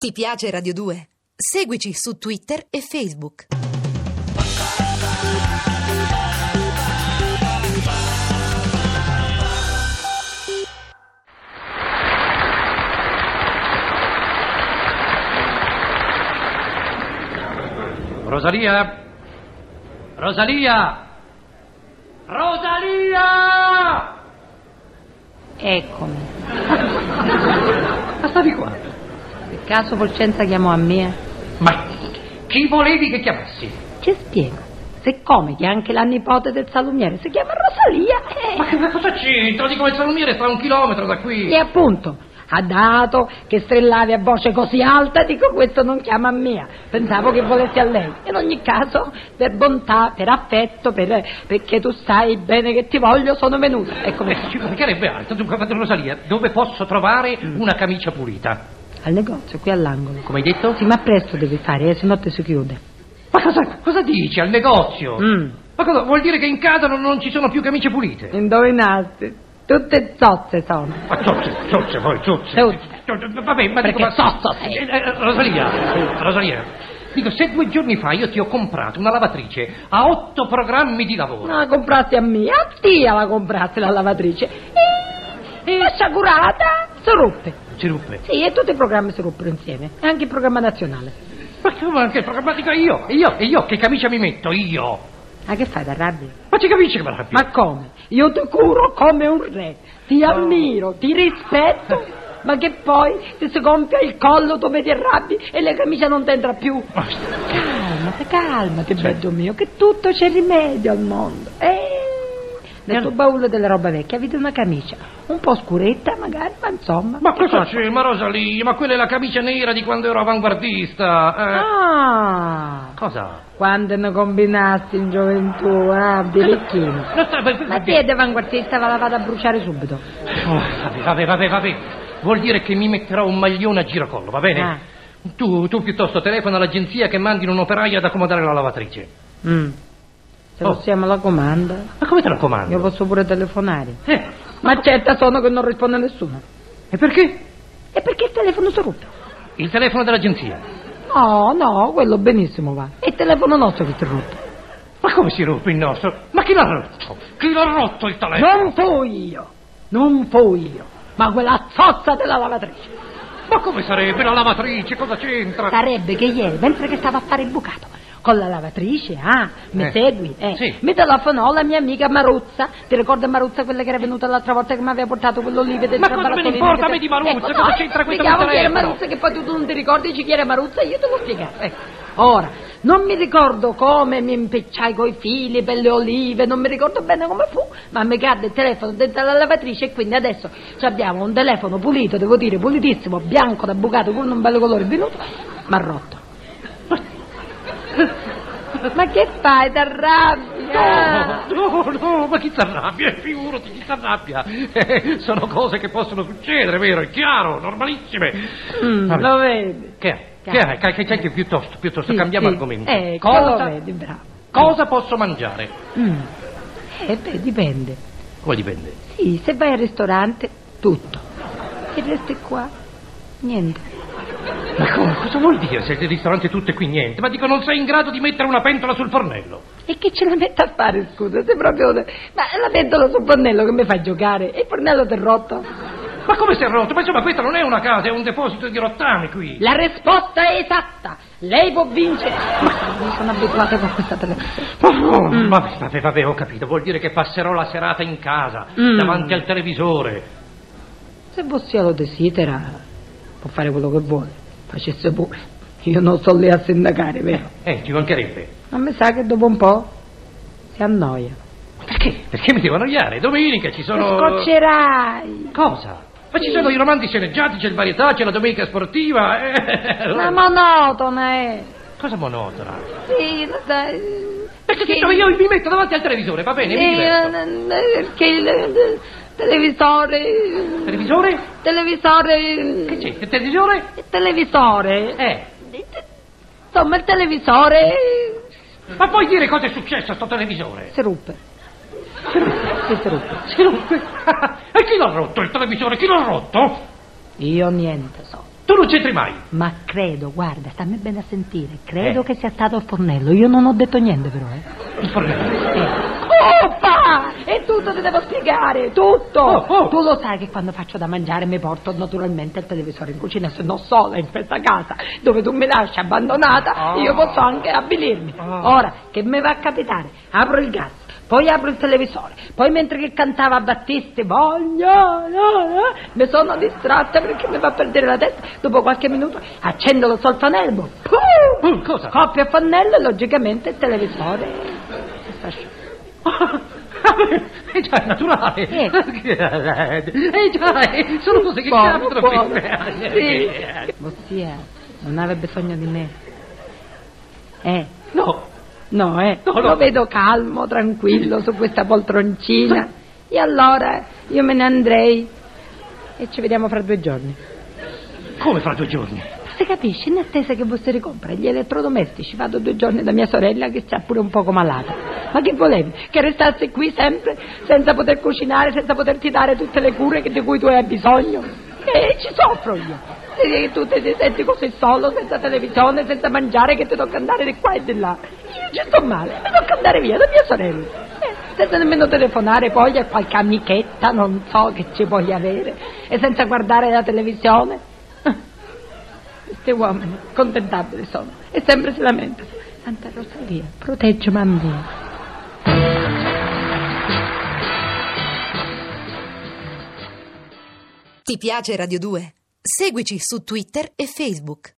Ti piace Radio 2? Seguici su Twitter e Facebook. Rosalia! Rosalia! Rosalia! Eccomi. Ma stavi qua? Per caso Volcenza chiamò a me? Ma chi volevi che chiamassi? Ci spiego. Siccome che anche la nipote del salumiere si chiama Rosalia, Ma che cosa c'entra? Dico, il salumiere sta a 1 chilometro da qui. E appunto, ha dato che strillavi a voce così alta, dico questo non chiama a me. Pensavo che volessi a lei. In ogni caso, per bontà, per affetto, perché tu sai bene che ti voglio, sono venuta. Eccomi. Ci mancherebbe altro. Dunque, Rosalia, dove posso trovare una camicia pulita? Al negozio, qui all'angolo. Come hai detto? Sì, ma presto devi fare, se no ti si chiude. Ma cosa dici? Al negozio? Ma cosa? Vuol dire che in casa non ci sono più camicie pulite? Indovinasti. Tutte zozze sono. Ma zozze, poi zozze. Vabbè, ma perché dico, zozzo sei? Rosalia, dico, se 2 giorni fa io ti ho comprato una lavatrice a 8 programmi di lavoro. No, la comprasti a me, a te la comprasti la lavatrice. E sciagurata, si ruppe. Si ruppe? Sì, e tutti i programmi si ruppero insieme, e anche il programma nazionale. Ma anche il programma, dico io, che camicia mi metto, io? Ma che fai, t'arrabbi? Ma ci capisci che mi arrabbio? Ma come? Io ti curo come un re, ti ammiro, ti rispetto, ma che poi ti si gonfia il collo, tu mi ti arrabbi e la camicia non t'entra più. Calmati, bello mio, che tutto c'è rimedio al mondo. Nel tuo baule delle robe vecchie avete una camicia, un po' scuretta magari, ma insomma. Ma cosa c'è, ma Rosalia? Ma quella è la camicia nera di quando ero avanguardista. Ah! Cosa? Quando ne combinasti in gioventù, birichino. Ma te di avanguardista la vado a bruciare subito. Vabbè. Vuol dire che mi metterò un maglione a giracollo, va bene? Tu piuttosto telefona all'agenzia che mandino un operaio ad accomodare la lavatrice. Se possiamo la comanda. Ma come te la comando? Io posso pure telefonare. Ma certa sono che non risponde nessuno. E perché? E perché il telefono si ruppe. Il telefono dell'agenzia? No, quello benissimo va. È il telefono nostro che si ruppe. Ma come si ruppe il nostro? Ma chi l'ha rotto? Chi l'ha rotto il telefono? Non fui io, ma quella zozza della lavatrice. Ma come sarebbe la lavatrice? Cosa c'entra? Sarebbe che ieri, mentre che stava a fare il bucato con la lavatrice, mi segui? Sì. Mi telefonò la mia amica Maruzza. Ti ricordi Maruzza, quella che era venuta l'altra volta che mi aveva portato quell'olive del Ma cosa me ne importa a me di Maruzza? Cosa c'entra questo telefono? Chi era telefono? Maruzza, che poi tu non ti ricordi chi era Maruzza, io te lo spiegavo. Ora, non mi ricordo come mi impecciai coi fili per le olive, non mi ricordo bene come fu, ma mi cadde il telefono dentro la lavatrice e quindi adesso abbiamo un telefono pulito, devo dire pulitissimo, bianco da bucato con un bello colore venuto, ma rotto. Ma che fai, t'arrabbia? No, ma chi s'arrabbia? Figurati, chi s'arrabbia? Sono cose che possono succedere, vero? È chiaro, normalissime. Lo vedi? Che è? Piuttosto cambiamo argomento. Lo vedi, bravo. Cosa posso mangiare? Dipende. Come dipende? Sì, se vai al ristorante, tutto. Se resti qua, niente. Ma cosa vuol dire se il ristorante tutto e qui niente? Ma dico, non sei in grado di mettere una pentola sul fornello? E che ce la mette a fare, scusa? Sei proprio... Ma la pentola sul fornello che mi fai giocare? E il fornello ti è rotto? Ma come si è rotto? Ma insomma, questa non è una casa, è un deposito di rottami qui. La risposta è esatta. Lei può vincere. Ma mi sono abituata con questa televisione. Vabbè, ho capito. Vuol dire che passerò la serata in casa, davanti al televisore. Se Bossia lo desidera, può fare quello che vuole. Facesse pure. Io non sto lì a sindacare, vero? Ci mancherebbe. Ma mi sa che dopo un po' si annoia. Perché? Perché mi devo annoiare? Domenica ci sono... Scoccerai. Cosa? Ma ci sono i romanzi sceneggiati, c'è il varietà, c'è la domenica sportiva. Ma monotona è. Cosa monotona? Sì, lo sai. Perché io mi metto davanti al televisore, va bene, mi diverto. Perché il televisore... Televisore? Televisore... Che c'è? Il televisore? Il televisore... Insomma, il televisore... Ma puoi dire cosa è successo a sto televisore? Si ruppe. Si ruppe? E chi l'ha rotto il televisore? Chi l'ha rotto? Io niente so. Tu non c'entri mai. Ma credo, guarda, stammi bene a sentire, credo che sia stato il fornello. Io non ho detto niente però, Il fornello. Oppa! E tutto ti devo spiegare, tutto! Oh. Tu lo sai che quando faccio da mangiare mi porto naturalmente il televisore in cucina, se no sola in questa casa dove tu mi lasci abbandonata, io posso anche avvilirmi. Ora, che mi va a capitare? Apro il gas, poi apro il televisore, poi mentre che cantava Battisti, mi sono distratta perché mi va a perdere la testa. Dopo qualche minuto accendo lo solfanello, Cosa? coppia fannello e logicamente il televisore si sta sciogliendo. Già, è naturale. Già, sono cose che Buono. capitano. Sì. Ossia, non aveva bisogno di me. No. No. No. Lo vedo calmo, tranquillo su questa poltroncina. E allora io me ne andrei e ci vediamo fra 2 giorni. Come fra 2 giorni? Si capisce, in attesa che voi si ricompra gli elettrodomestici. Vado 2 giorni da mia sorella che sta pure un poco malata. Ma che volevi? Che restassi qui sempre senza poter cucinare, senza poterti dare tutte le cure di cui tu hai bisogno? E ci soffro io. E tu ti senti così solo, senza televisione, senza mangiare, che ti tocca andare di qua e di là. Io ci sto male, mi tocca andare via da mia sorella. Senza nemmeno telefonare poi a qualche amichetta, non so che ci puoi avere, e senza guardare la televisione. Questi uomini contentabili sono e sempre si lamentano. Santa Rosalia, proteggi mamma mia. Ti piace Radio 2? Seguici su Twitter e Facebook.